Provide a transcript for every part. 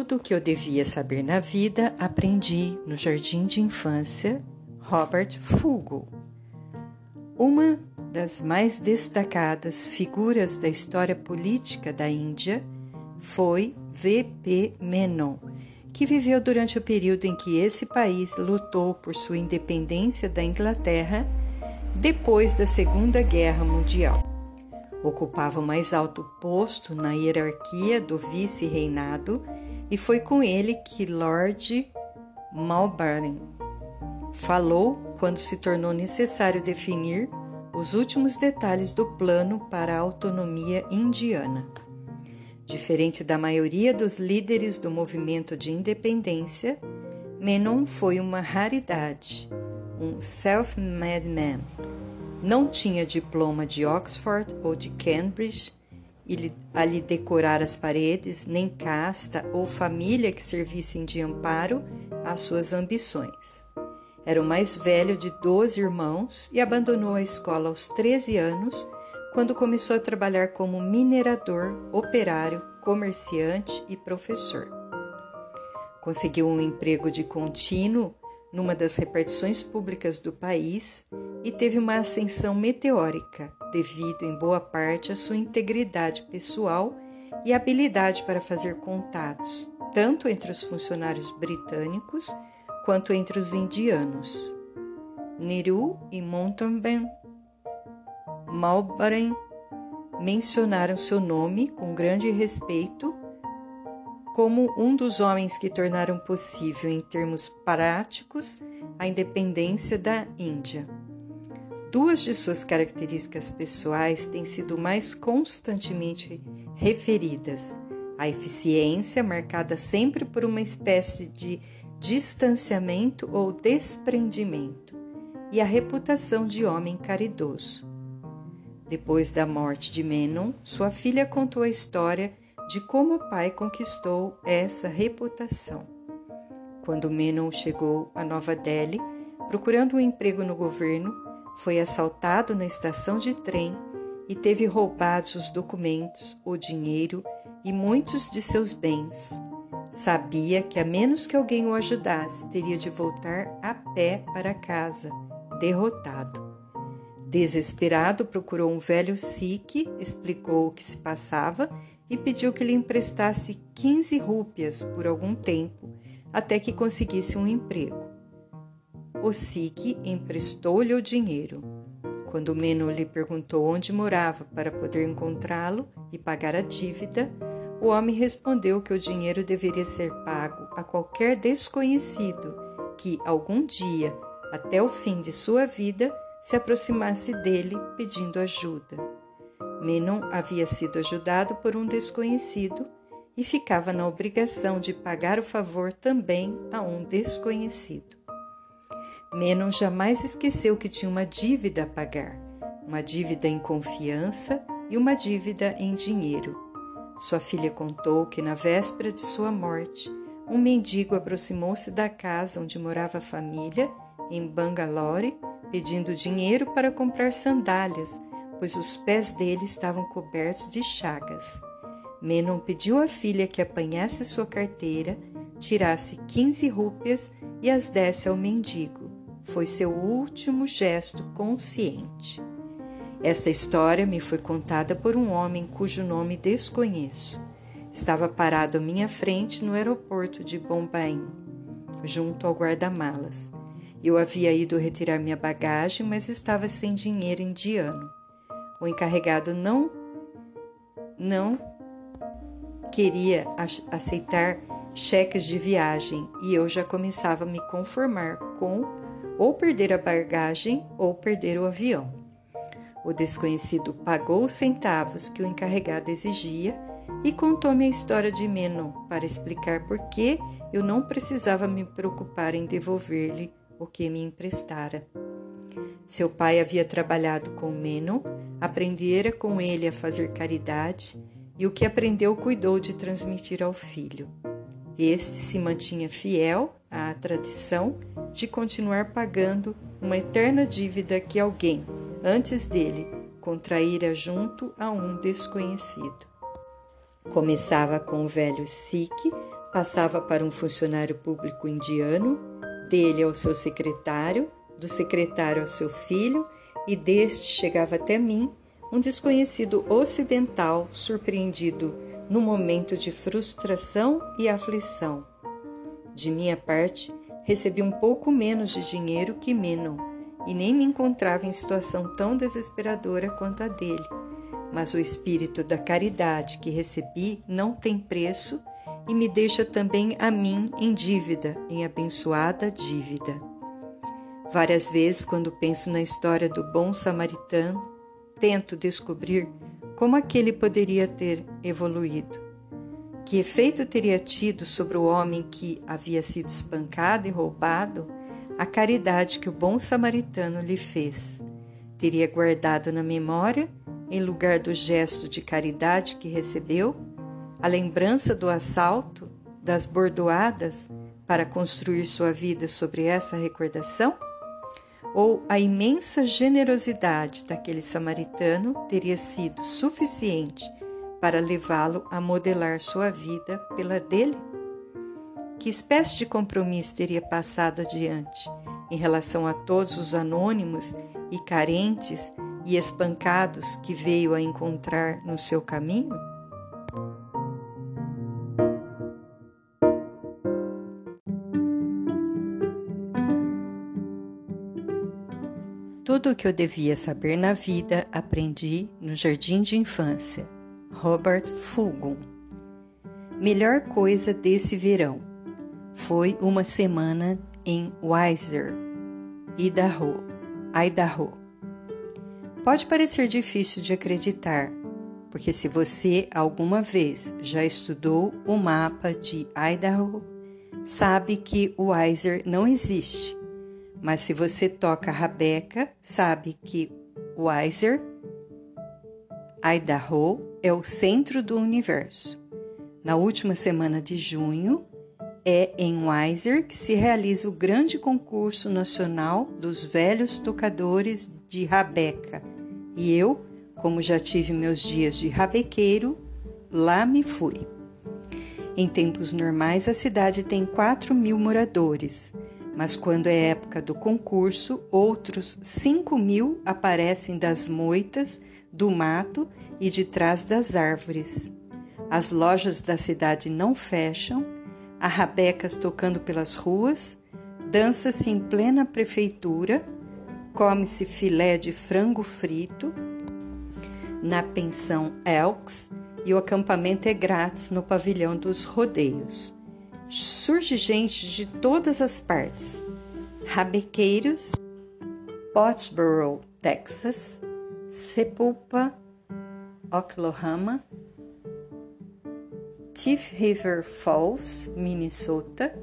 Tudo o que eu devia saber na vida aprendi no jardim de infância Robert Fugal. Uma das mais destacadas figuras da história política da Índia foi V.P. Menon, que viveu durante o período em que esse país lutou por sua independência da Inglaterra depois da Segunda Guerra Mundial. Ocupava o mais alto posto na hierarquia do vice-reinado e foi com ele que Lord Mountbatten falou quando se tornou necessário definir os últimos detalhes do plano para a autonomia indiana. Diferente da maioria dos líderes do movimento de independência, Menon foi uma raridade, um self-made man. Não tinha diploma de Oxford ou de Cambridge a lhe decorar as paredes, nem casta ou família que servissem de amparo às suas ambições. Era o mais velho de 12 irmãos e abandonou a escola aos 13 anos, quando começou a trabalhar como minerador, operário, comerciante e professor. Conseguiu um emprego de contínuo numa das repartições públicas do país e teve uma ascensão meteórica, devido em boa parte à sua integridade pessoal e habilidade para fazer contatos, tanto entre os funcionários britânicos quanto entre os indianos. Nehru e Mountbatten mencionaram seu nome com grande respeito como um dos homens que tornaram possível, em termos práticos, a independência da Índia. Duas de suas características pessoais têm sido mais constantemente referidas: a eficiência, marcada sempre por uma espécie de distanciamento ou desprendimento, e a reputação de homem caridoso. Depois da morte de Menon, sua filha contou a história de como o pai conquistou essa reputação. Quando Menon chegou a Nova Delhi, procurando um emprego no governo, foi assaltado na estação de trem e teve roubados os documentos, o dinheiro e muitos de seus bens. Sabia que, a menos que alguém o ajudasse, teria de voltar a pé para casa, derrotado. Desesperado, procurou um velho Sikh, explicou o que se passava e pediu que lhe emprestasse 15 rúpias por algum tempo, até que conseguisse um emprego. O Sikh emprestou-lhe o dinheiro. Quando Menon lhe perguntou onde morava para poder encontrá-lo e pagar a dívida, o homem respondeu que o dinheiro deveria ser pago a qualquer desconhecido que, algum dia, até o fim de sua vida, se aproximasse dele pedindo ajuda. Menon havia sido ajudado por um desconhecido e ficava na obrigação de pagar o favor também a um desconhecido. Menon jamais esqueceu que tinha uma dívida a pagar, uma dívida em confiança e uma dívida em dinheiro. Sua filha contou que, na véspera de sua morte, um mendigo aproximou-se da casa onde morava a família, em Bangalore, pedindo dinheiro para comprar sandálias, pois os pés dele estavam cobertos de chagas. Menon pediu à filha que apanhasse sua carteira, tirasse 15 rúpias e as desse ao mendigo. Foi seu último gesto consciente. Esta história me foi contada por um homem cujo nome desconheço. Estava parado à minha frente no aeroporto de Bombay, junto ao guarda-malas. Eu havia ido retirar minha bagagem, mas estava sem dinheiro indiano. O encarregado não queria aceitar cheques de viagem e eu já começava a me conformar com ou perder a bagagem ou perder o avião. O desconhecido pagou os centavos que o encarregado exigia e contou-me a história de Menon para explicar por que eu não precisava me preocupar em devolver-lhe o que me emprestara. Seu pai havia trabalhado com Menon, aprendera com ele a fazer caridade e o que aprendeu cuidou de transmitir ao filho. Este se mantinha fiel à tradição de continuar pagando uma eterna dívida que alguém, antes dele, contraíra junto a um desconhecido. Começava com o velho Sikh, passava para um funcionário público indiano, dele ao seu secretário, do secretário ao seu filho, e deste chegava até mim um desconhecido ocidental surpreendido num momento de frustração e aflição. De minha parte, recebi um pouco menos de dinheiro que Menon, e nem me encontrava em situação tão desesperadora quanto a dele. Mas o espírito da caridade que recebi não tem preço e me deixa também a mim em dívida, em abençoada dívida. Várias vezes, quando penso na história do bom samaritano, tento descobrir como aquele poderia ter evoluído. Que efeito teria tido sobre o homem que havia sido espancado e roubado a caridade que o bom samaritano lhe fez? Teria guardado na memória, em lugar do gesto de caridade que recebeu, a lembrança do assalto, das bordoadas, para construir sua vida sobre essa recordação? Ou a imensa generosidade daquele samaritano teria sido suficiente para levá-lo a modelar sua vida pela dele? Que espécie de compromisso teria passado adiante em relação a todos os anônimos e carentes e espancados que veio a encontrar no seu caminho? Tudo o que eu devia saber na vida aprendi no jardim de infância. Robert Fulghum. Melhor coisa desse verão foi uma semana em Weiser, Idaho. Pode parecer difícil de acreditar, porque se você alguma vez já estudou o mapa de Idaho, sabe que o Weiser não existe. Mas se você toca a rabeca, sabe que Weiser, Idaho, é o centro do universo. Na última semana de junho, é em Weiser que se realiza o grande concurso nacional dos velhos tocadores de rabeca. E eu, como já tive meus dias de rabequeiro, lá me fui. Em tempos normais, a cidade tem 4.000 moradores, mas quando é época do concurso, outros 5.000 aparecem das moitas, do mato e de trás das árvores. As lojas da cidade não fecham, há rabecas tocando pelas ruas, dança-se em plena prefeitura, come-se filé de frango frito na pensão Elks e o acampamento é grátis no pavilhão dos rodeios. Surge gente de todas as partes. Rabequeiros, Pottsboro, Texas, Sepulpa, Oklahoma, Thief River Falls, Minnesota,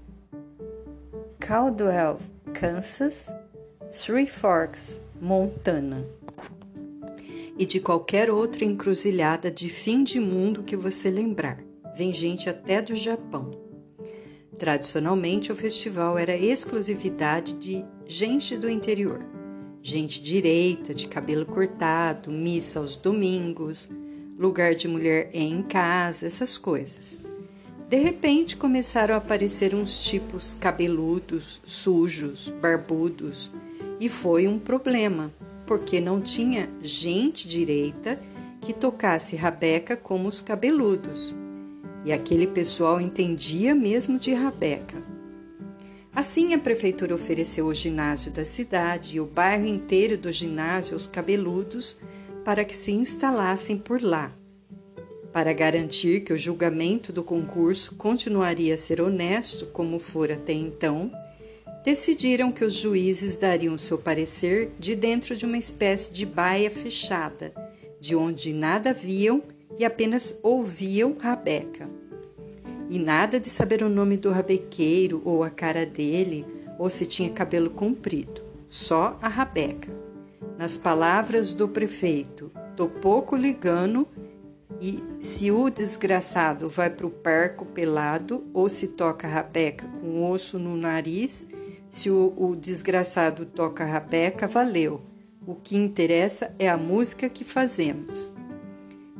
Caldwell, Kansas, Three Forks, Montana, e de qualquer outra encruzilhada de fim de mundo que você lembrar. Vem gente até do Japão. Tradicionalmente, o festival era exclusividade de gente do interior. Gente direita, de cabelo cortado, missa aos domingos, lugar de mulher em casa, essas coisas. De repente, começaram a aparecer uns tipos cabeludos, sujos, barbudos, e foi um problema, porque não tinha gente direita que tocasse rabeca como os cabeludos. E aquele pessoal entendia mesmo de rabeca. Assim, a prefeitura ofereceu o ginásio da cidade e o bairro inteiro do ginásio aos cabeludos para que se instalassem por lá. Para garantir que o julgamento do concurso continuaria a ser honesto como fora até então, decidiram que os juízes dariam seu parecer de dentro de uma espécie de baia fechada, de onde nada viam e apenas ouviam rabeca. E nada de saber o nome do rabequeiro ou a cara dele ou se tinha cabelo comprido, só a rabeca. Nas palavras do prefeito, tô pouco ligando e se o desgraçado vai pro parco pelado ou se toca rabeca com osso no nariz, se o desgraçado toca rabeca, valeu. O que interessa é a música que fazemos.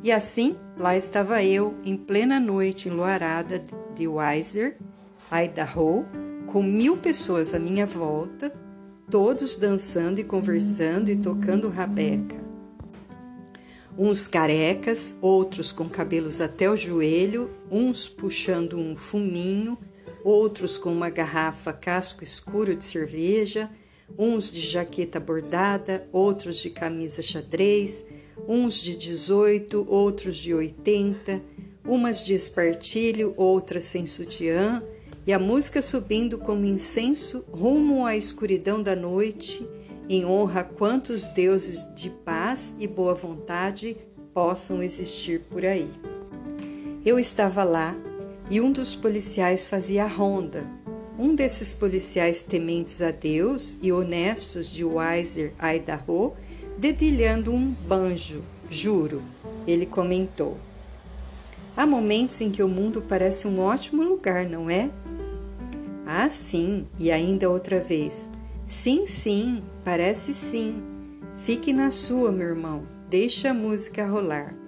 E assim, lá estava eu, em plena noite enluarada de Weiser, Idaho, com 1000 pessoas à minha volta, todos dançando e conversando e tocando rabeca. Uns carecas, outros com cabelos até o joelho, uns puxando um fuminho, outros com uma garrafa casco escuro de cerveja, uns de jaqueta bordada, outros de camisa xadrez, uns de 18, outros de 80, umas de espartilho, outras sem sutiã, e a música subindo como incenso rumo à escuridão da noite, em honra a quantos deuses de paz e boa vontade possam existir por aí. Eu estava lá e um dos policiais fazia a ronda. Um desses policiais tementes a Deus e honestos de Weiser, Idaho, dedilhando um banjo, juro, ele comentou. Há momentos em que o mundo parece um ótimo lugar, não é? Ah, sim, e ainda outra vez. Sim, parece sim. Fique na sua, meu irmão. Deixa a música rolar.